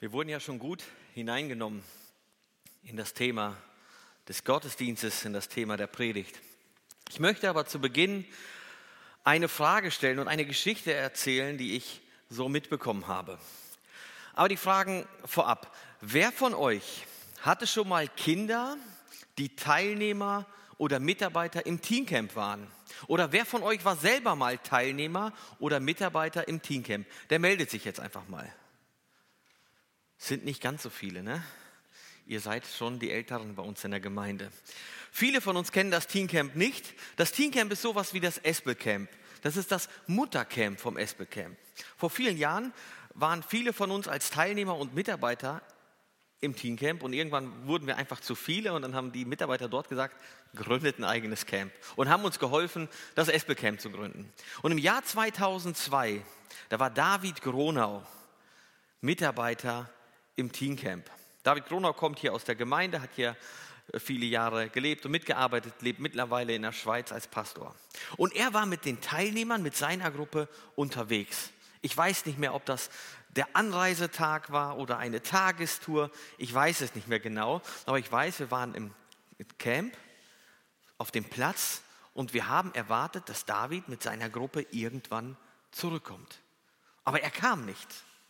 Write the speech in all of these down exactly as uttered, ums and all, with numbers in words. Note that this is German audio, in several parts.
Wir wurden ja schon gut hineingenommen in das Thema des Gottesdienstes, in das Thema der Predigt. Ich möchte aber zu Beginn eine Frage stellen und eine Geschichte erzählen, die ich so mitbekommen habe. Aber die Fragen vorab. Wer von euch hatte schon mal Kinder, die Teilnehmer oder Mitarbeiter im Teencamp waren? Oder wer von euch war selber mal Teilnehmer oder Mitarbeiter im Teencamp? Der meldet sich jetzt einfach mal. Sind nicht ganz so viele, ne? Ihr seid schon die Älteren bei uns in der Gemeinde. Viele von uns kennen das Teencamp nicht. Das Teencamp ist sowas wie das Espelcamp. Das ist das Muttercamp vom Espelcamp. Vor vielen Jahren waren viele von uns als Teilnehmer und Mitarbeiter im Teencamp und irgendwann wurden wir einfach zu viele und dann haben die Mitarbeiter dort gesagt, gründet ein eigenes Camp und haben uns geholfen, das Espelcamp zu gründen. Und im Jahr zweitausendzwei, da war David Gronau Mitarbeiter im Teencamp. David Gronau kommt hier aus der Gemeinde, hat hier viele Jahre gelebt und mitgearbeitet, lebt mittlerweile in der Schweiz als Pastor. Und er war mit den Teilnehmern, mit seiner Gruppe unterwegs. Ich weiß nicht mehr, ob das der Anreisetag war oder eine Tagestour. Ich weiß es nicht mehr genau, aber ich weiß, wir waren im Camp auf dem Platz und wir haben erwartet, dass David mit seiner Gruppe irgendwann zurückkommt. Aber er kam nicht.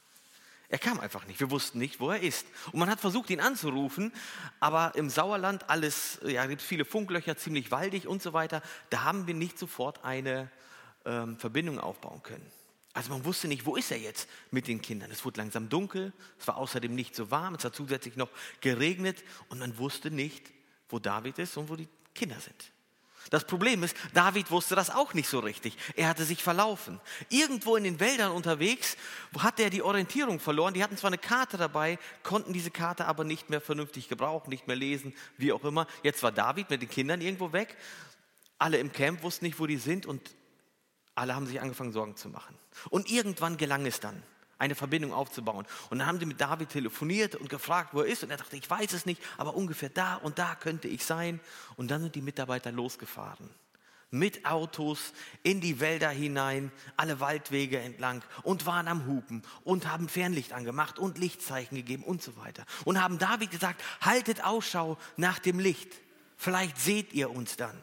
Er kam einfach nicht. Wir wussten nicht, wo er ist. Und man hat versucht, ihn anzurufen, aber im Sauerland alles, ja, gibt viele Funklöcher, ziemlich waldig und so weiter. Da haben wir nicht sofort eine ähm, Verbindung aufbauen können. Also man wusste nicht, wo ist er jetzt mit den Kindern. Es wurde langsam dunkel, es war außerdem nicht so warm, es hat zusätzlich noch geregnet und man wusste nicht, wo David ist und wo die Kinder sind. Das Problem ist, David wusste das auch nicht so richtig. Er hatte sich verlaufen. Irgendwo in den Wäldern unterwegs hat er die Orientierung verloren. Die hatten zwar eine Karte dabei, konnten diese Karte aber nicht mehr vernünftig gebrauchen, nicht mehr lesen, wie auch immer. Jetzt war David mit den Kindern irgendwo weg. Alle im Camp wussten nicht, wo die sind und alle haben sich angefangen, Sorgen zu machen. Und irgendwann gelang es dann, eine Verbindung aufzubauen. Und dann haben sie mit David telefoniert und gefragt, wo er ist. Und er dachte, ich weiß es nicht, aber ungefähr da und da könnte ich sein. Und dann sind die Mitarbeiter losgefahren. Mit Autos in die Wälder hinein, alle Waldwege entlang und waren am Hupen und haben Fernlicht angemacht und Lichtzeichen gegeben und so weiter. Und haben David gesagt, haltet Ausschau nach dem Licht. Vielleicht seht ihr uns dann.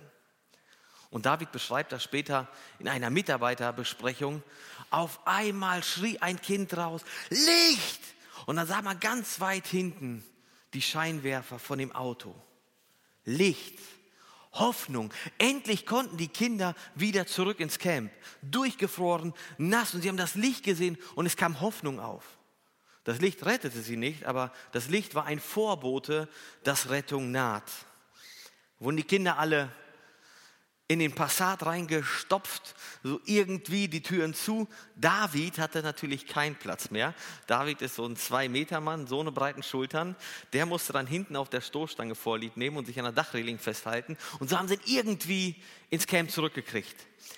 Und David beschreibt das später in einer Mitarbeiterbesprechung. Auf einmal schrie ein Kind raus, Licht! Und dann sah man ganz weit hinten die Scheinwerfer von dem Auto. Licht, Hoffnung. Endlich konnten die Kinder wieder zurück ins Camp. Durchgefroren, nass und sie haben das Licht gesehen und es kam Hoffnung auf. Das Licht rettete sie nicht, aber das Licht war ein Vorbote, dass Rettung naht. Wurden die Kinder alle in den Passat reingestopft, so irgendwie die Türen zu. David hatte natürlich keinen Platz mehr. David ist so ein Zwei-Meter-Mann, so eine breiten Schultern. Der musste dann hinten auf der Stoßstange Vorlieb nehmen und sich an der Dachreling festhalten. Und so haben sie ihn irgendwie ins Camp zurückgekriegt.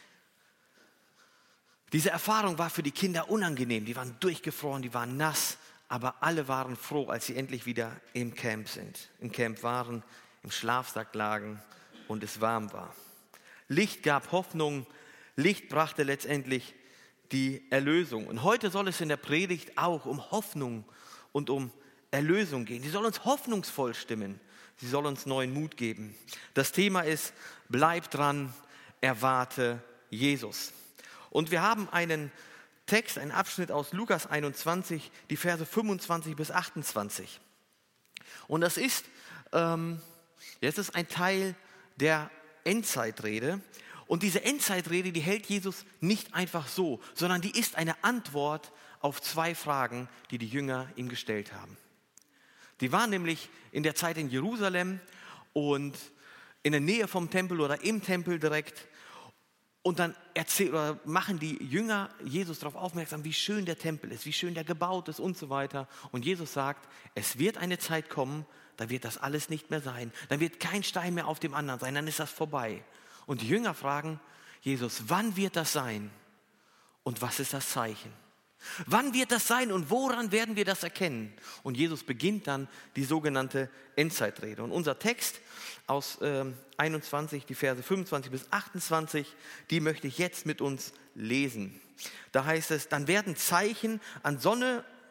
Diese Erfahrung war für die Kinder unangenehm. Die waren durchgefroren, die waren nass. Aber alle waren froh, als sie endlich wieder im Camp sind. Im Camp waren, im Schlafsack lagen und es warm war. Licht gab Hoffnung, Licht brachte letztendlich die Erlösung. Und heute soll es in der Predigt auch um Hoffnung und um Erlösung gehen. Sie soll uns hoffnungsvoll stimmen, sie soll uns neuen Mut geben. Das Thema ist, bleib dran, erwarte Jesus. Und wir haben einen Text, einen Abschnitt aus Lukas einundzwanzig, die Verse fünfundzwanzig bis achtundzwanzig. Und das ist, ähm, das ist ein Teil der Endzeitrede. Und diese Endzeitrede, die hält Jesus nicht einfach so, sondern die ist eine Antwort auf zwei Fragen, die die Jünger ihm gestellt haben. Die waren nämlich in der Zeit in Jerusalem und in der Nähe vom Tempel oder im Tempel direkt. Und dann erzähl, oder machen die Jünger Jesus darauf aufmerksam, wie schön der Tempel ist, wie schön der gebaut ist und so weiter. Und Jesus sagt, es wird eine Zeit kommen, da wird das alles nicht mehr sein. Dann wird kein Stein mehr auf dem anderen sein, dann ist das vorbei. Und die Jünger fragen Jesus, wann wird das sein und was ist das Zeichen? Wann wird das sein und woran werden wir das erkennen? Und Jesus beginnt dann die sogenannte Endzeitrede. Und unser Text aus äh, einundzwanzig, die Verse fünfundzwanzig bis achtundzwanzig, die möchte ich jetzt mit uns lesen. Da heißt es, dann werden Zeichen an Sonne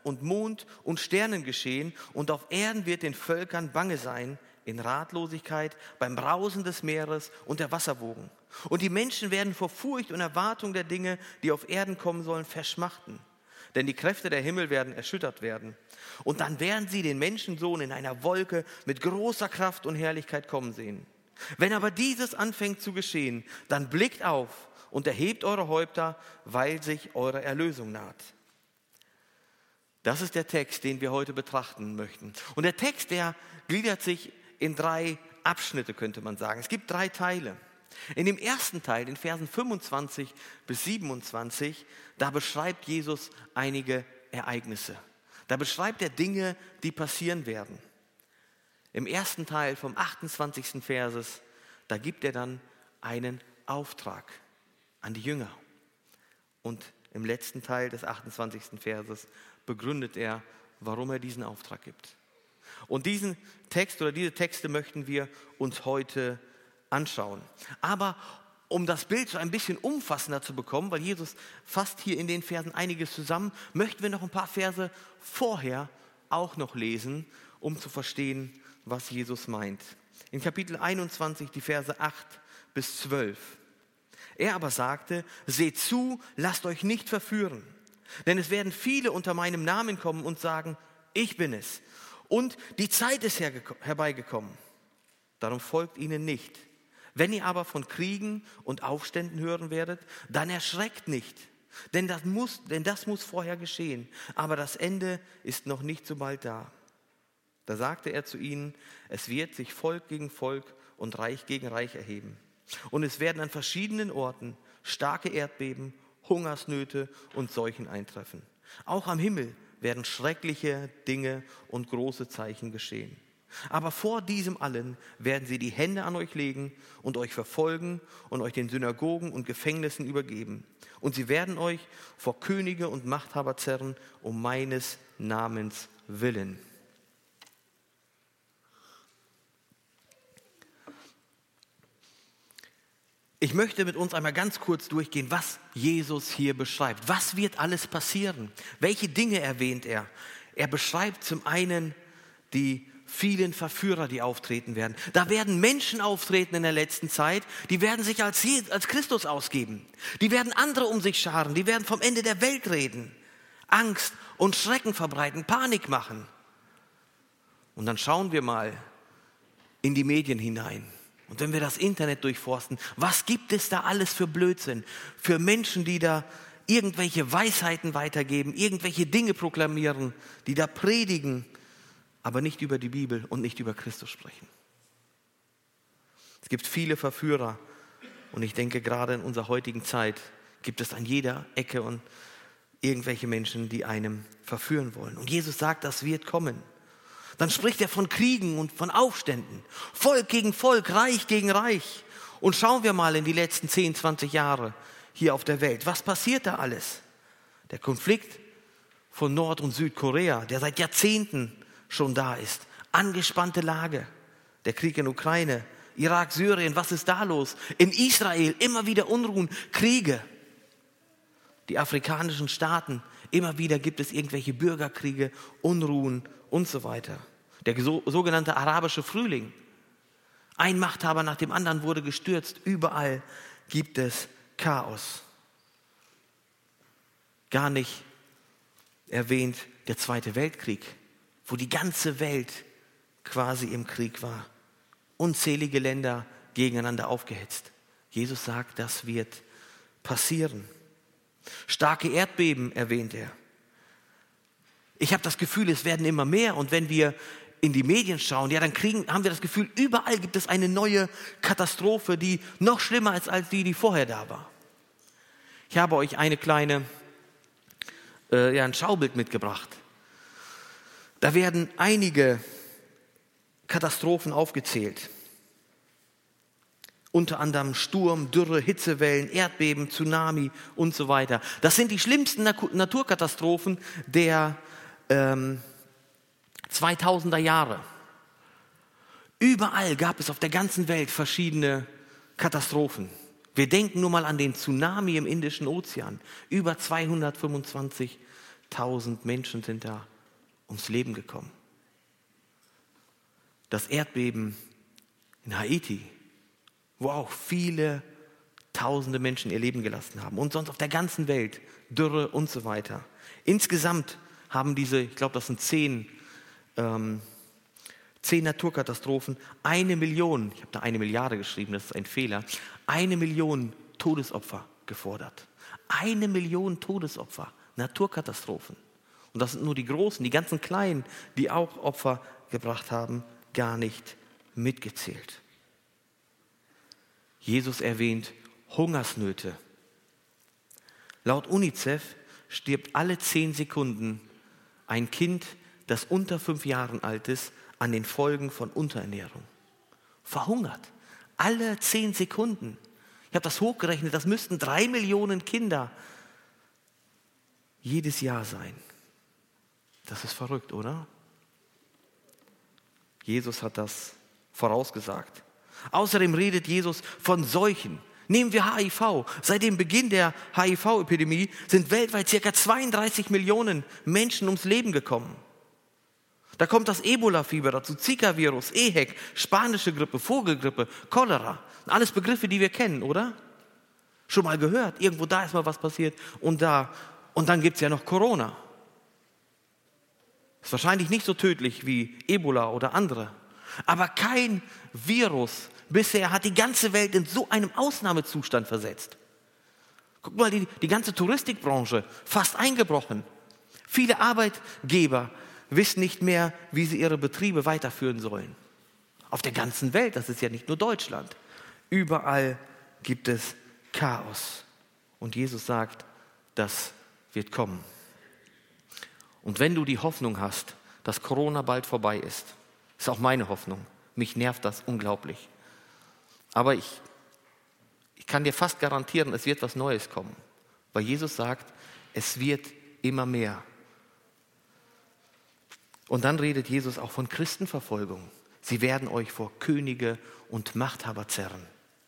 und Mond und Sternen geschehen, und auf Erden wird den Völkern bange sein, in Ratlosigkeit, beim Brausen des Meeres und der Wasserwogen. Und die Menschen werden vor Furcht und Erwartung der Dinge, die auf Erden kommen sollen, verschmachten. Denn die Kräfte der Himmel werden erschüttert werden. Und dann werden sie den Menschensohn in einer Wolke mit großer Kraft und Herrlichkeit kommen sehen. Wenn aber dieses anfängt zu geschehen, dann blickt auf und erhebt eure Häupter, weil sich eure Erlösung naht. Das ist der Text, den wir heute betrachten möchten. Und der Text, der gliedert sich in drei Abschnitte, könnte man sagen. Es gibt drei Teile. In dem ersten Teil, den Versen fünfundzwanzig bis siebenundzwanzig, da beschreibt Jesus einige Ereignisse. Da beschreibt er Dinge, die passieren werden. Im ersten Teil vom achtundzwanzigsten Verses, da gibt er dann einen Auftrag an die Jünger. Und im letzten Teil des achtundzwanzigsten Verses begründet er, warum er diesen Auftrag gibt. Und diesen Text oder diese Texte möchten wir uns heute anschauen. Aber um das Bild so ein bisschen umfassender zu bekommen, weil Jesus fasst hier in den Versen einiges zusammen, möchten wir noch ein paar Verse vorher auch noch lesen, um zu verstehen, was Jesus meint. In Kapitel einundzwanzig, die Verse acht bis zwölf. Er aber sagte, seht zu, lasst euch nicht verführen, denn es werden viele unter meinem Namen kommen und sagen, ich bin es. Und die Zeit ist herbeigekommen. Darum folgt ihnen nicht. Wenn ihr aber von Kriegen und Aufständen hören werdet, dann erschreckt nicht. Denn das muss, denn das muss vorher geschehen. Aber das Ende ist noch nicht so bald da. Da sagte er zu ihnen, es wird sich Volk gegen Volk und Reich gegen Reich erheben. Und es werden an verschiedenen Orten starke Erdbeben, Hungersnöte und Seuchen eintreffen. Auch am Himmel werden schreckliche Dinge und große Zeichen geschehen. Aber vor diesem allen werden sie die Hände an euch legen und euch verfolgen und euch den Synagogen und Gefängnissen übergeben. Und sie werden euch vor Könige und Machthaber zerren, um meines Namens willen. Ich möchte mit uns einmal ganz kurz durchgehen, was Jesus hier beschreibt. Was wird alles passieren? Welche Dinge erwähnt er? Er beschreibt zum einen die vielen Verführer, die auftreten werden. Da werden Menschen auftreten in der letzten Zeit, die werden sich als, als Christus ausgeben. Die werden andere um sich scharen, die werden vom Ende der Welt reden. Angst und Schrecken verbreiten, Panik machen. Und dann schauen wir mal in die Medien hinein. Und wenn wir das Internet durchforsten, was gibt es da alles für Blödsinn? Für Menschen, die da irgendwelche Weisheiten weitergeben, irgendwelche Dinge proklamieren, die da predigen, aber nicht über die Bibel und nicht über Christus sprechen. Es gibt viele Verführer und ich denke, gerade in unserer heutigen Zeit gibt es an jeder Ecke und irgendwelche Menschen, die einem verführen wollen. Und Jesus sagt, das wird kommen. Dann spricht er von Kriegen und von Aufständen. Volk gegen Volk, Reich gegen Reich. Und schauen wir mal in die letzten zehn, zwanzig Jahre hier auf der Welt. Was passiert da alles? Der Konflikt von Nord- und Südkorea, der seit Jahrzehnten schon da ist. Angespannte Lage. Der Krieg in Ukraine, Irak, Syrien, was ist da los? In Israel immer wieder Unruhen, Kriege. Die afrikanischen Staaten, immer wieder gibt es irgendwelche Bürgerkriege, Unruhen und so weiter. Der so, sogenannte arabische Frühling. Ein Machthaber nach dem anderen wurde gestürzt. Überall gibt es Chaos. Gar nicht erwähnt der Zweite Weltkrieg, wo die ganze Welt quasi im Krieg war. Unzählige Länder gegeneinander aufgehetzt. Jesus sagt, das wird passieren. Starke Erdbeben erwähnt er. Ich habe das Gefühl, es werden immer mehr. Und wenn wir in die Medien schauen, ja, dann kriegen, haben wir das Gefühl, überall gibt es eine neue Katastrophe, die noch schlimmer ist als die, die vorher da war. Ich habe euch eine kleine, äh, ja, ein Schaubild mitgebracht. Da werden einige Katastrophen aufgezählt. Unter anderem Sturm, Dürre, Hitzewellen, Erdbeben, Tsunami und so weiter. Das sind die schlimmsten Naturkatastrophen der ähm, zweitausender Jahre. Überall gab es auf der ganzen Welt verschiedene Katastrophen. Wir denken nur mal an den Tsunami im Indischen Ozean. Über zweihundertfünfundzwanzig tausend Menschen sind da ums Leben gekommen. Das Erdbeben in Haiti, wo auch viele tausende Menschen ihr Leben gelassen haben und sonst auf der ganzen Welt, Dürre und so weiter. Insgesamt haben diese, ich glaube, das sind zehn, ähm, zehn Naturkatastrophen, eine Million, ich habe da eine Milliarde geschrieben, das ist ein Fehler, eine Million Todesopfer gefordert. Eine Million Todesopfer, Naturkatastrophen. Und das sind nur die Großen, die ganzen Kleinen, die auch Opfer gebracht haben, gar nicht mitgezählt. Jesus erwähnt Hungersnöte. Laut UNICEF stirbt alle zehn Sekunden ein Kind, das unter fünf Jahren alt ist, an den Folgen von Unterernährung. Verhungert. Alle zehn Sekunden. Ich habe das hochgerechnet, das müssten drei Millionen Kinder jedes Jahr sein. Das ist verrückt, oder? Jesus hat das vorausgesagt. Außerdem redet Jesus von Seuchen. Nehmen wir H I V. Seit dem Beginn der H I V-Epidemie sind weltweit ca. zweiunddreißig Millionen Menschen ums Leben gekommen. Da kommt das Ebola-Fieber dazu, Zika-Virus, E H E C, spanische Grippe, Vogelgrippe, Cholera. Alles Begriffe, die wir kennen, oder? Schon mal gehört, irgendwo da ist mal was passiert und da. Und dann gibt es ja noch Corona. Ist wahrscheinlich nicht so tödlich wie Ebola oder andere. Aber kein Virus bisher hat die ganze Welt in so einem Ausnahmezustand versetzt. Guck mal, die, die ganze Touristikbranche fast eingebrochen. Viele Arbeitgeber wissen nicht mehr, wie sie ihre Betriebe weiterführen sollen. Auf der ganzen Welt, das ist ja nicht nur Deutschland. Überall gibt es Chaos. Und Jesus sagt, das wird kommen. Und wenn du die Hoffnung hast, dass Corona bald vorbei ist, ist auch meine Hoffnung. Mich nervt das unglaublich. Aber ich, ich kann dir fast garantieren, es wird was Neues kommen. Weil Jesus sagt, es wird immer mehr. Und dann redet Jesus auch von Christenverfolgung. Sie werden euch vor Könige und Machthaber zerren.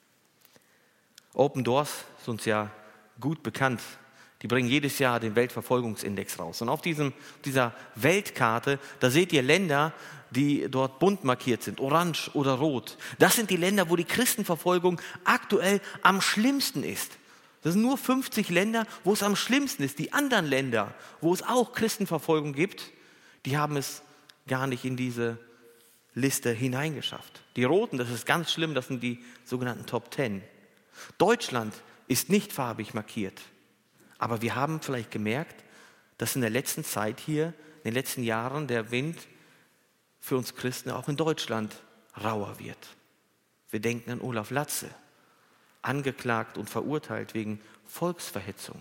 Open Doors ist uns ja gut bekannt. Die bringen jedes Jahr den Weltverfolgungsindex raus. Und auf diesem, dieser Weltkarte, da seht ihr Länder, die dort bunt markiert sind, orange oder rot. Das sind die Länder, wo die Christenverfolgung aktuell am schlimmsten ist. Das sind nur fünfzig Länder, wo es am schlimmsten ist. Die anderen Länder, wo es auch Christenverfolgung gibt, die haben es gar nicht in diese Liste hineingeschafft. Die roten, das ist ganz schlimm, das sind die sogenannten Top Ten. Deutschland ist nicht farbig markiert. Aber wir haben vielleicht gemerkt, dass in der letzten Zeit hier, in den letzten Jahren, der Wind für uns Christen auch in Deutschland rauer wird. Wir denken an Olaf Latze, angeklagt und verurteilt wegen Volksverhetzung.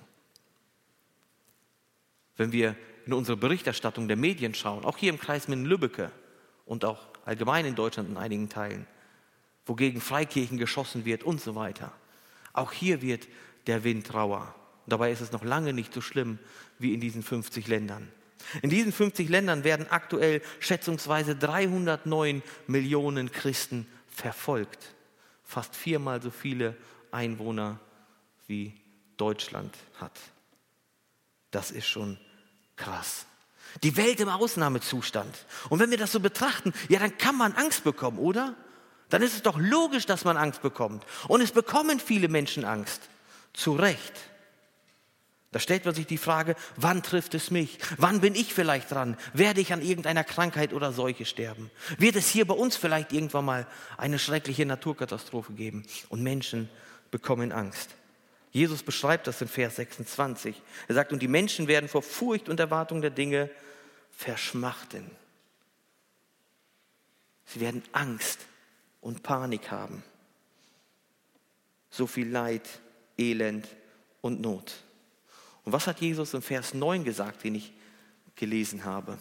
Wenn wir in unsere Berichterstattung der Medien schauen, auch hier im Kreis Minden-Lübbecke und auch allgemein in Deutschland in einigen Teilen, wogegen Freikirchen geschossen wird und so weiter. Auch hier wird der Wind rauer. Und dabei ist es noch lange nicht so schlimm wie in diesen fünfzig Ländern. In diesen fünfzig Ländern werden aktuell schätzungsweise dreihundertneun Millionen Christen verfolgt. Fast viermal so viele Einwohner wie Deutschland hat. Das ist schon krass. Die Welt im Ausnahmezustand. Und wenn wir das so betrachten, ja, dann kann man Angst bekommen, oder? Dann ist es doch logisch, dass man Angst bekommt. Und es bekommen viele Menschen Angst. Zu Recht. Da stellt man sich die Frage, wann trifft es mich? Wann bin ich vielleicht dran? Werde ich an irgendeiner Krankheit oder Seuche sterben? Wird es hier bei uns vielleicht irgendwann mal eine schreckliche Naturkatastrophe geben? Und Menschen bekommen Angst. Jesus beschreibt das in Vers sechsundzwanzig. Er sagt, und die Menschen werden vor Furcht und Erwartung der Dinge verschmachten. Sie werden Angst und Panik haben. So viel Leid, Elend und Not. Und was hat Jesus im Vers neun gesagt, den ich gelesen habe?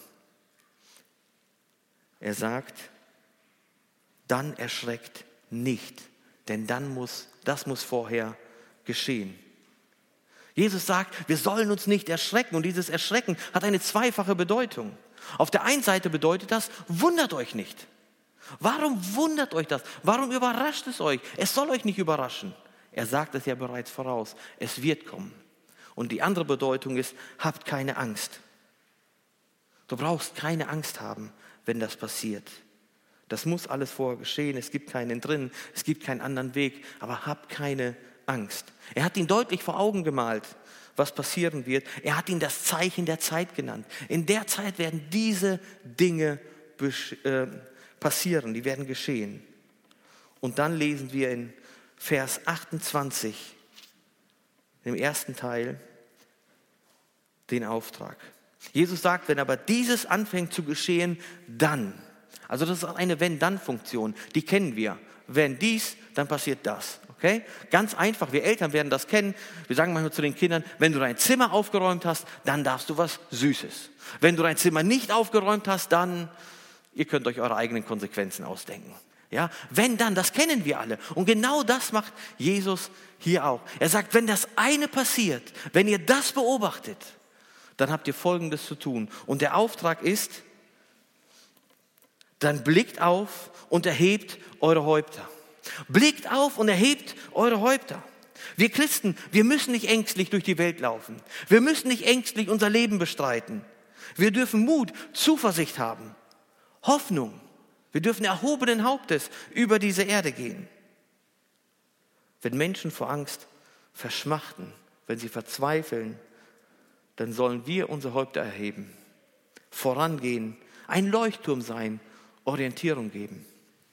Er sagt, dann erschreckt nicht, denn dann muss, das muss vorher geschehen. Jesus sagt, wir sollen uns nicht erschrecken und dieses Erschrecken hat eine zweifache Bedeutung. Auf der einen Seite bedeutet das, wundert euch nicht. Warum wundert euch das? Warum überrascht es euch? Es soll euch nicht überraschen. Er sagt es ja bereits voraus, es wird kommen. Und die andere Bedeutung ist, habt keine Angst. Du brauchst keine Angst haben, wenn das passiert. Das muss alles vorher geschehen, es gibt keinen drin, es gibt keinen anderen Weg, aber hab keine Angst. Er hat ihn deutlich vor Augen gemalt, was passieren wird. Er hat ihn das Zeichen der Zeit genannt. In der Zeit werden diese Dinge äh, passieren, die werden geschehen. Und dann lesen wir in Vers achtundzwanzig, im ersten Teil, den Auftrag. Jesus sagt, wenn aber dieses anfängt zu geschehen, dann. Also das ist eine Wenn-Dann-Funktion, die kennen wir. Wenn dies, dann passiert das. Okay? Ganz einfach, wir Eltern werden das kennen. Wir sagen manchmal zu den Kindern, wenn du dein Zimmer aufgeräumt hast, dann darfst du was Süßes. Wenn du dein Zimmer nicht aufgeräumt hast, dann, ihr könnt euch eure eigenen Konsequenzen ausdenken. Ja? Wenn dann, das kennen wir alle. Und genau das macht Jesus hier auch. Er sagt, wenn das eine passiert, wenn ihr das beobachtet, dann habt ihr Folgendes zu tun. Und der Auftrag ist, dann blickt auf und erhebt eure Häupter. Blickt auf und erhebt eure Häupter. Wir Christen, wir müssen nicht ängstlich durch die Welt laufen. Wir müssen nicht ängstlich unser Leben bestreiten. Wir dürfen Mut, Zuversicht haben, Hoffnung. Wir dürfen erhobenen Hauptes über diese Erde gehen. Wenn Menschen vor Angst verschmachten, wenn sie verzweifeln, dann sollen wir unsere Häupter erheben, vorangehen, ein Leuchtturm sein, Orientierung geben.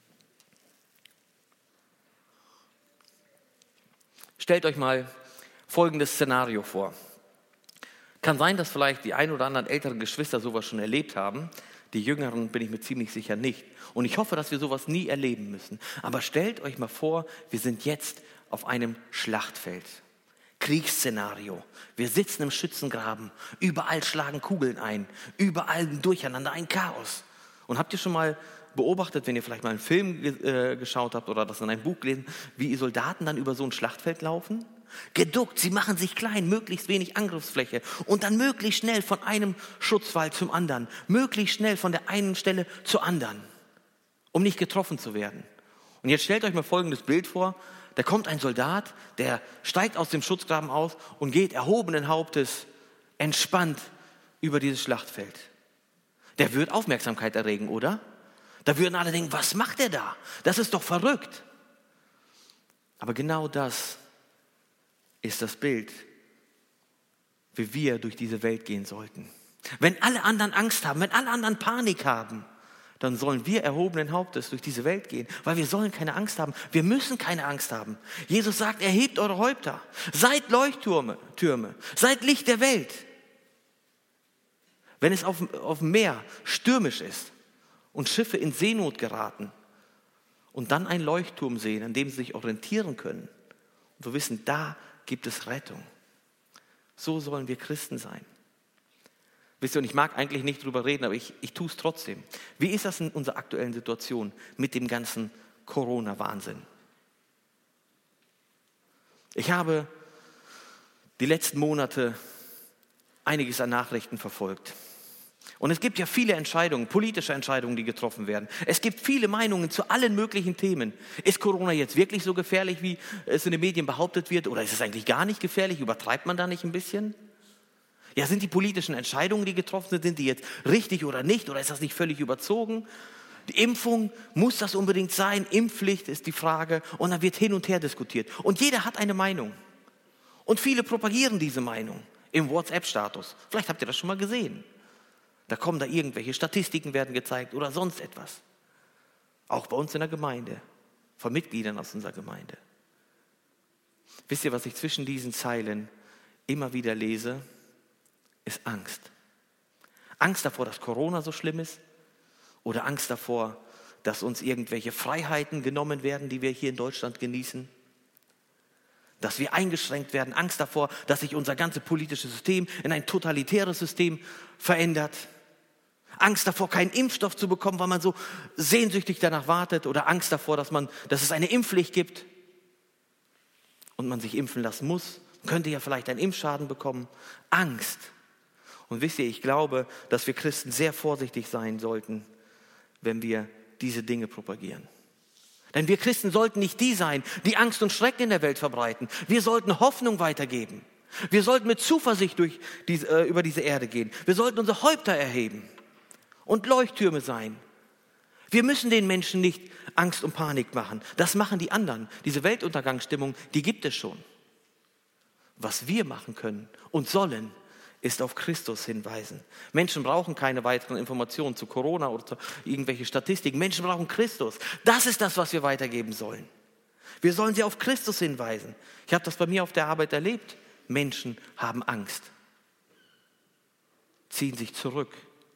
Stellt euch mal folgendes Szenario vor. Kann sein, dass vielleicht die ein oder anderen älteren Geschwister sowas schon erlebt haben. Die Jüngeren bin ich mir ziemlich sicher nicht. Und ich hoffe, dass wir sowas nie erleben müssen. Aber stellt euch mal vor, wir sind jetzt auf einem Schlachtfeld. Kriegsszenario. Wir sitzen im Schützengraben. Überall schlagen Kugeln ein. Überall ein Durcheinander, ein Chaos. Und habt ihr schon mal beobachtet, wenn ihr vielleicht mal einen Film ge- äh, geschaut habt oder das in einem Buch gelesen, wie die Soldaten dann über so ein Schlachtfeld laufen? Geduckt, sie machen sich klein, möglichst wenig Angriffsfläche und dann möglichst schnell von einem Schutzwall zum anderen, möglichst schnell von der einen Stelle zur anderen, um nicht getroffen zu werden. Und jetzt stellt euch mal folgendes Bild vor. Da kommt ein Soldat, der steigt aus dem Schutzgraben aus und geht erhobenen Hauptes entspannt über dieses Schlachtfeld. Der wird Aufmerksamkeit erregen, oder? Da würden alle denken, was macht er da? Das ist doch verrückt. Aber genau das ist das Bild, wie wir durch diese Welt gehen sollten. Wenn alle anderen Angst haben, wenn alle anderen Panik haben, dann sollen wir erhobenen Hauptes durch diese Welt gehen, weil wir sollen keine Angst haben. Wir müssen keine Angst haben. Jesus sagt, erhebt eure Häupter, seid Leuchttürme, Türme, seid Licht der Welt. Wenn es auf, auf dem Meer stürmisch ist und Schiffe in Seenot geraten und dann einen Leuchtturm sehen, an dem sie sich orientieren können und wir wissen, da gibt es Rettung. So sollen wir Christen sein. Wisst ihr, und ich mag eigentlich nicht drüber reden, aber ich, ich tue es trotzdem. Wie ist das in unserer aktuellen Situation mit dem ganzen Corona-Wahnsinn? Ich habe die letzten Monate einiges an Nachrichten verfolgt. Und es gibt ja viele Entscheidungen, politische Entscheidungen, die getroffen werden. Es gibt viele Meinungen zu allen möglichen Themen. Ist Corona jetzt wirklich so gefährlich, wie es in den Medien behauptet wird? Oder ist es eigentlich gar nicht gefährlich? Übertreibt man da nicht ein bisschen? Ja, sind die politischen Entscheidungen, die getroffen sind, sind die jetzt richtig oder nicht? Oder ist das nicht völlig überzogen? Die Impfung, muss das unbedingt sein? Impfpflicht ist die Frage. Und dann wird hin und her diskutiert. Und jeder hat eine Meinung. Und viele propagieren diese Meinung im WhatsApp-Status. Vielleicht habt ihr das schon mal gesehen. Da kommen da irgendwelche Statistiken, werden gezeigt oder sonst etwas. Auch bei uns in der Gemeinde, von Mitgliedern aus unserer Gemeinde. Wisst ihr, was ich zwischen diesen Zeilen immer wieder lese? Ist Angst. Angst davor, dass Corona so schlimm ist oder Angst davor, dass uns irgendwelche Freiheiten genommen werden, die wir hier in Deutschland genießen, dass wir eingeschränkt werden, Angst davor, dass sich unser ganzes politisches System in ein totalitäres System verändert, Angst davor, keinen Impfstoff zu bekommen, weil man so sehnsüchtig danach wartet oder Angst davor, dass, man, dass es eine Impfpflicht gibt und man sich impfen lassen muss, man könnte ja vielleicht einen Impfschaden bekommen, Angst. Und wisst ihr, ich glaube, dass wir Christen sehr vorsichtig sein sollten, wenn wir diese Dinge propagieren. Denn wir Christen sollten nicht die sein, die Angst und Schrecken in der Welt verbreiten. Wir sollten Hoffnung weitergeben. Wir sollten mit Zuversicht durch diese, äh, über diese Erde gehen. Wir sollten unsere Häupter erheben und Leuchttürme sein. Wir müssen den Menschen nicht Angst und Panik machen. Das machen die anderen. Diese Weltuntergangsstimmung, die gibt es schon. Was wir machen können und sollen, ist auf Christus hinweisen. Menschen brauchen keine weiteren Informationen zu Corona oder zu irgendwelchen Statistiken. Menschen brauchen Christus. Das ist das, was wir weitergeben sollen. Wir sollen sie auf Christus hinweisen. Ich habe das bei mir auf der Arbeit erlebt. Menschen haben Angst, ziehen sich zurück.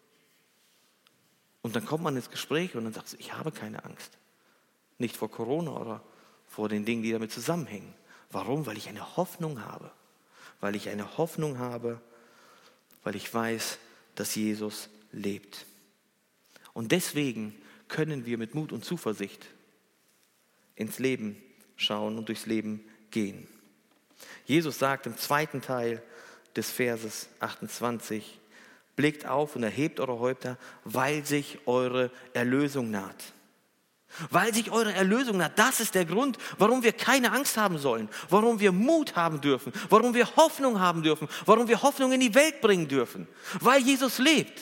Und dann kommt man ins Gespräch und dann sagt, ich habe keine Angst. Nicht vor Corona oder vor den Dingen, die damit zusammenhängen. Warum? Weil ich eine Hoffnung habe. Weil ich eine Hoffnung habe, weil ich weiß, dass Jesus lebt. Und deswegen können wir mit Mut und Zuversicht ins Leben schauen und durchs Leben gehen. Jesus sagt im zweiten Teil des Verses achtundzwanzig, blickt auf und erhebt eure Häupter, weil sich eure Erlösung naht. Weil sich eure Erlösung naht. Das ist der Grund, warum wir keine Angst haben sollen, warum wir Mut haben dürfen, warum wir Hoffnung haben dürfen, warum wir Hoffnung in die Welt bringen dürfen. Weil Jesus lebt.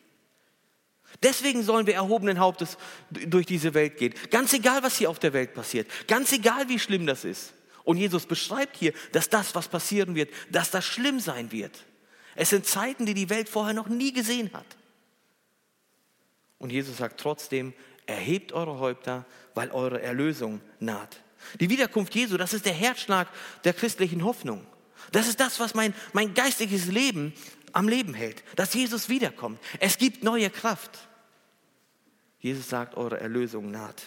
Deswegen sollen wir erhobenen Hauptes durch diese Welt gehen. Ganz egal, was hier auf der Welt passiert. Ganz egal, wie schlimm das ist. Und Jesus beschreibt hier, dass das, was passieren wird, dass das schlimm sein wird. Es sind Zeiten, die die Welt vorher noch nie gesehen hat. Und Jesus sagt trotzdem, erhebt eure Häupter, weil eure Erlösung naht. Die Wiederkunft Jesu, das ist der Herzschlag der christlichen Hoffnung. Das ist das, was mein, mein geistliches Leben am Leben hält. Dass Jesus wiederkommt. Es gibt neue Kraft. Jesus sagt, eure Erlösung naht.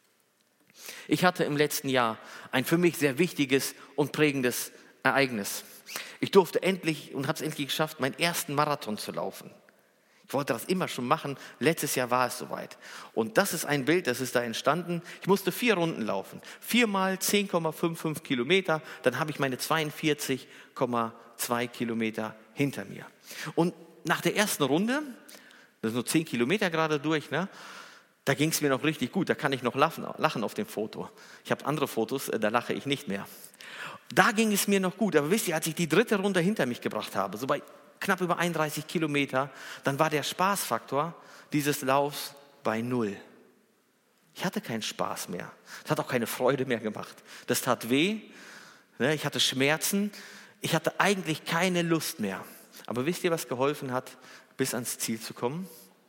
Ich hatte im letzten Jahr ein für mich sehr wichtiges und prägendes Ereignis. Ich durfte endlich und habe es endlich geschafft, meinen ersten Marathon zu laufen. Ich wollte das immer schon machen. Letztes Jahr war es soweit. Und das ist ein Bild, das ist da entstanden. Ich musste vier Runden laufen. Viermal zehn Komma fünfundfünfzig Kilometer. Dann habe ich meine zweiundvierzig Komma zwei Kilometer hinter mir. Und nach der ersten Runde, das sind nur zehn Kilometer gerade durch, ne? Da ging es mir noch richtig gut. Da kann ich noch lachen, lachen auf dem Foto. Ich habe andere Fotos, da lache ich nicht mehr. Da ging es mir noch gut. Aber wisst ihr, als ich die dritte Runde hinter mich gebracht habe, so bei knapp über einunddreißig Kilometer, dann war der Spaßfaktor dieses Laufs bei null. Ich hatte keinen Spaß mehr. Es hat auch keine Freude mehr gemacht. Das tat weh. Ich hatte Schmerzen. Ich hatte eigentlich keine Lust mehr. Aber wisst ihr, was geholfen hat, bis ans Ziel zu kommen?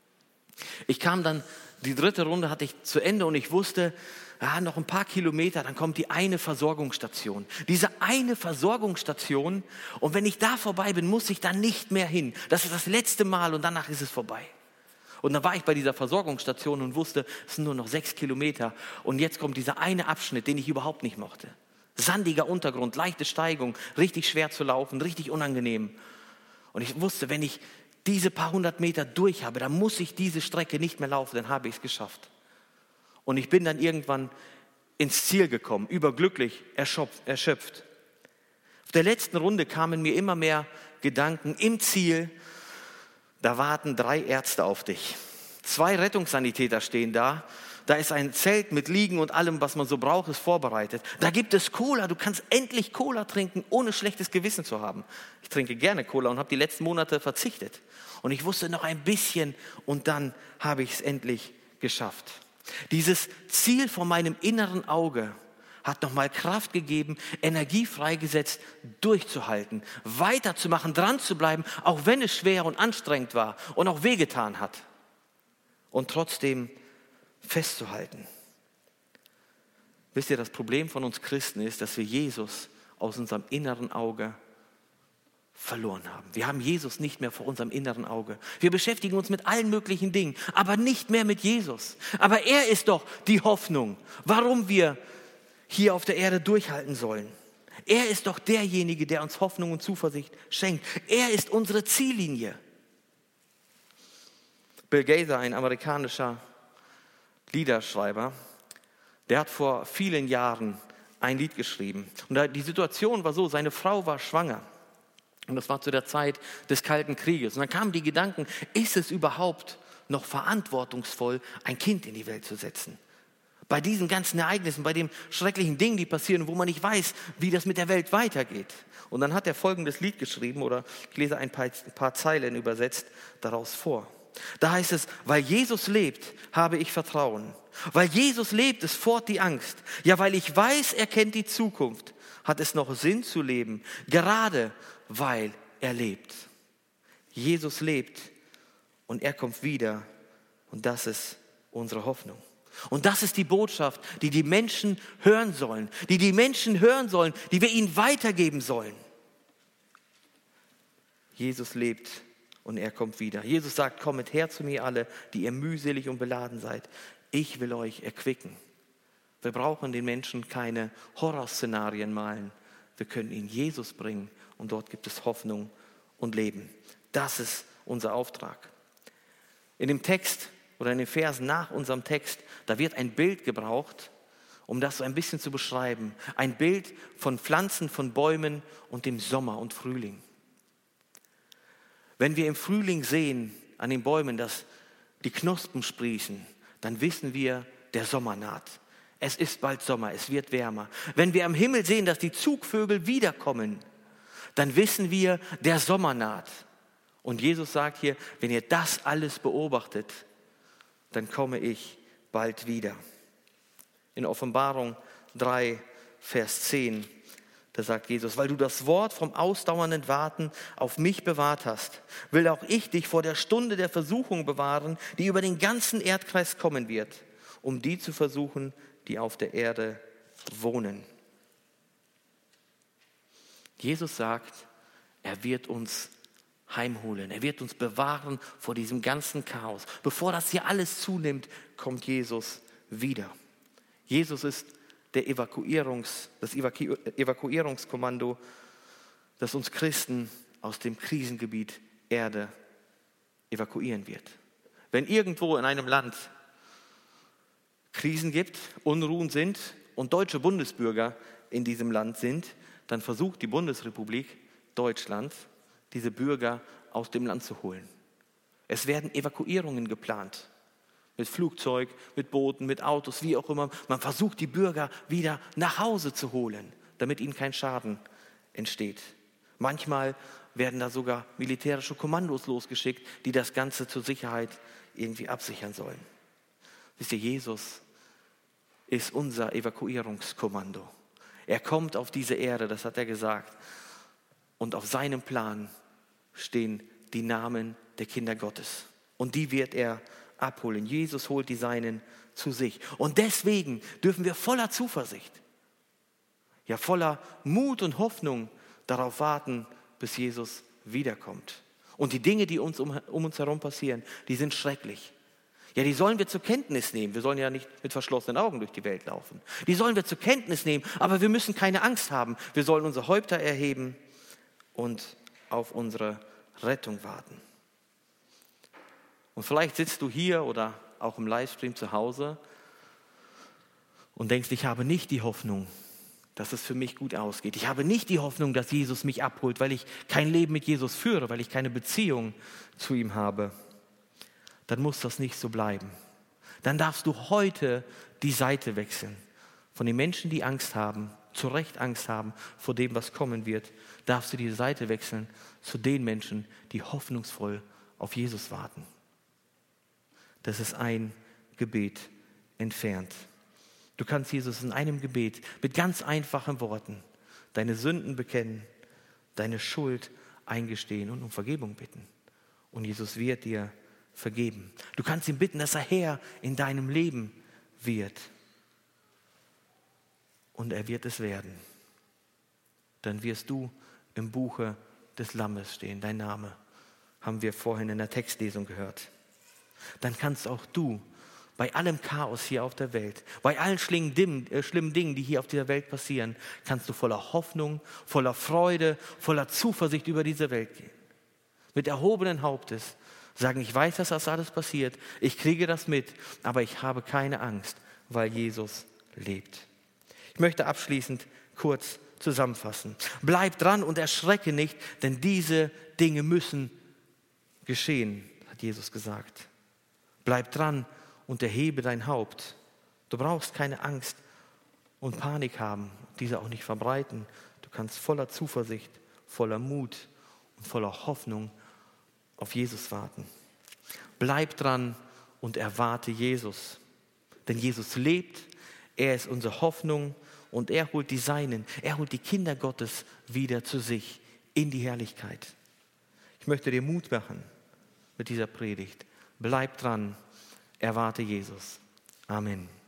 Ich kam dann, die dritte Runde hatte ich zu Ende und ich wusste, ja, noch ein paar Kilometer, dann kommt die eine Versorgungsstation. Diese eine Versorgungsstation, und wenn ich da vorbei bin, muss ich da nicht mehr hin. Das ist das letzte Mal und danach ist es vorbei. Und dann war ich bei dieser Versorgungsstation und wusste, es sind nur noch sechs Kilometer. Und jetzt kommt dieser eine Abschnitt, den ich überhaupt nicht mochte. Sandiger Untergrund, leichte Steigung, richtig schwer zu laufen, richtig unangenehm. Und ich wusste, wenn ich diese paar hundert Meter durch habe, dann muss ich diese Strecke nicht mehr laufen, dann habe ich es geschafft. Und ich bin dann irgendwann ins Ziel gekommen, überglücklich, erschöpft. Auf der letzten Runde kamen mir immer mehr Gedanken im Ziel, da warten drei Ärzte auf dich. Zwei Rettungssanitäter stehen da. Da ist ein Zelt mit Liegen und allem, was man so braucht, ist vorbereitet. Da gibt es Cola. Du kannst endlich Cola trinken, ohne schlechtes Gewissen zu haben. Ich trinke gerne Cola und habe die letzten Monate verzichtet. Und ich wusste noch ein bisschen und dann habe ich es endlich geschafft. Dieses Ziel vor meinem inneren Auge hat nochmal Kraft gegeben, Energie freigesetzt, durchzuhalten, weiterzumachen, dran zu bleiben, auch wenn es schwer und anstrengend war und auch wehgetan hat. Und trotzdem festzuhalten. Wisst ihr, das Problem von uns Christen ist, dass wir Jesus aus unserem inneren Auge verloren haben. Wir haben Jesus nicht mehr vor unserem inneren Auge. Wir beschäftigen uns mit allen möglichen Dingen, aber nicht mehr mit Jesus. Aber er ist doch die Hoffnung, warum wir hier auf der Erde durchhalten sollen. Er ist doch derjenige, der uns Hoffnung und Zuversicht schenkt. Er ist unsere Ziellinie. Bill Gaither, ein amerikanischer Liederschreiber, der hat vor vielen Jahren ein Lied geschrieben. Und die Situation war so, seine Frau war schwanger. Und das war zu der Zeit des Kalten Krieges. Und dann kamen die Gedanken, ist es überhaupt noch verantwortungsvoll, ein Kind in die Welt zu setzen? Bei diesen ganzen Ereignissen, bei den schrecklichen Dingen, die passieren, wo man nicht weiß, wie das mit der Welt weitergeht. Und dann hat er folgendes Lied geschrieben, oder ich lese ein paar, ein paar Zeilen übersetzt daraus vor. Da heißt es, weil Jesus lebt, habe ich Vertrauen. Weil Jesus lebt, ist fort die Angst. Ja, weil ich weiß, er kennt die Zukunft, hat es noch Sinn zu leben, gerade weil er lebt. Jesus lebt und er kommt wieder und das ist unsere Hoffnung. Und das ist die Botschaft, die die Menschen hören sollen, die die Menschen hören sollen, die wir ihnen weitergeben sollen. Jesus lebt und er kommt wieder. Jesus sagt, kommet her zu mir alle, die ihr mühselig und beladen seid. Ich will euch erquicken. Wir brauchen den Menschen keine Horrorszenarien malen. Wir können ihnen Jesus bringen und dort gibt es Hoffnung und Leben. Das ist unser Auftrag. In dem Text oder in den Versen nach unserem Text, da wird ein Bild gebraucht, um das so ein bisschen zu beschreiben. Ein Bild von Pflanzen, von Bäumen und dem Sommer und Frühling. Wenn wir im Frühling sehen an den Bäumen, dass die Knospen sprießen, dann wissen wir, der Sommer naht. Es ist bald Sommer, es wird wärmer. Wenn wir am Himmel sehen, dass die Zugvögel wiederkommen, dann wissen wir, der Sommer naht. Und Jesus sagt hier, wenn ihr das alles beobachtet, dann komme ich bald wieder. In Offenbarung drei, Vers zehn, da sagt Jesus, weil du das Wort vom ausdauernden Warten auf mich bewahrt hast, will auch ich dich vor der Stunde der Versuchung bewahren, die über den ganzen Erdkreis kommen wird, um die zu versuchen, die auf der Erde wohnen. Jesus sagt, er wird uns heimholen. Er wird uns bewahren vor diesem ganzen Chaos. Bevor das hier alles zunimmt, kommt Jesus wieder. Jesus ist der Evakuierungs, das Evaku- Evakuierungskommando, das uns Christen aus dem Krisengebiet Erde evakuieren wird. Wenn irgendwo in einem Land Krisen gibt, Unruhen sind und deutsche Bundesbürger in diesem Land sind, dann versucht die Bundesrepublik Deutschland, diese Bürger aus dem Land zu holen. Es werden Evakuierungen geplant. Mit Flugzeug, mit Booten, mit Autos, wie auch immer. Man versucht, die Bürger wieder nach Hause zu holen, damit ihnen kein Schaden entsteht. Manchmal werden da sogar militärische Kommandos losgeschickt, die das Ganze zur Sicherheit irgendwie absichern sollen. Wisst ihr, Jesus ist unser Evakuierungskommando. Er kommt auf diese Erde, das hat er gesagt. Und auf seinem Plan stehen die Namen der Kinder Gottes. Und die wird er abholen. Jesus holt die Seinen zu sich. Und deswegen dürfen wir voller Zuversicht, ja voller Mut und Hoffnung darauf warten, bis Jesus wiederkommt. Und die Dinge, die uns um, um uns herum passieren, die sind schrecklich. Ja, die sollen wir zur Kenntnis nehmen. Wir sollen ja nicht mit verschlossenen Augen durch die Welt laufen. Die sollen wir zur Kenntnis nehmen, aber wir müssen keine Angst haben. Wir sollen unsere Häupter erheben und auf unsere Rettung warten. Und vielleicht sitzt du hier oder auch im Livestream zu Hause und denkst, ich habe nicht die Hoffnung, dass es für mich gut ausgeht. Ich habe nicht die Hoffnung, dass Jesus mich abholt, weil ich kein Leben mit Jesus führe, weil ich keine Beziehung zu ihm habe. Dann muss das nicht so bleiben. Dann darfst du heute die Seite wechseln. Von den Menschen, die Angst haben, zu Recht Angst haben vor dem, was kommen wird, darfst du die Seite wechseln zu den Menschen, die hoffnungsvoll auf Jesus warten. Das ist ein Gebet entfernt. Du kannst Jesus in einem Gebet mit ganz einfachen Worten deine Sünden bekennen, deine Schuld eingestehen und um Vergebung bitten. Und Jesus wird dir vergeben. Du kannst ihn bitten, dass er Herr in deinem Leben wird. Und er wird es werden. Dann wirst du im Buche des Lammes stehen. Dein Name haben wir vorhin in der Textlesung gehört. Dann kannst auch du bei allem Chaos hier auf der Welt, bei allen schlimmen Dingen, die hier auf dieser Welt passieren, kannst du voller Hoffnung, voller Freude, voller Zuversicht über diese Welt gehen. Mit erhobenen Hauptes sagen, ich weiß, dass das alles passiert, ich kriege das mit, aber ich habe keine Angst, weil Jesus lebt. Ich möchte abschließend kurz zusammenfassen. Bleib dran und erschrecke nicht, denn diese Dinge müssen geschehen, hat Jesus gesagt. Bleib dran und erhebe dein Haupt. Du brauchst keine Angst und Panik haben, diese auch nicht verbreiten. Du kannst voller Zuversicht, voller Mut und voller Hoffnung auf Jesus warten. Bleib dran und erwarte Jesus. Denn Jesus lebt, er ist unsere Hoffnung und er holt die Seinen, er holt die Kinder Gottes wieder zu sich in die Herrlichkeit. Ich möchte dir Mut machen mit dieser Predigt. Bleib dran, erwarte Jesus. Amen.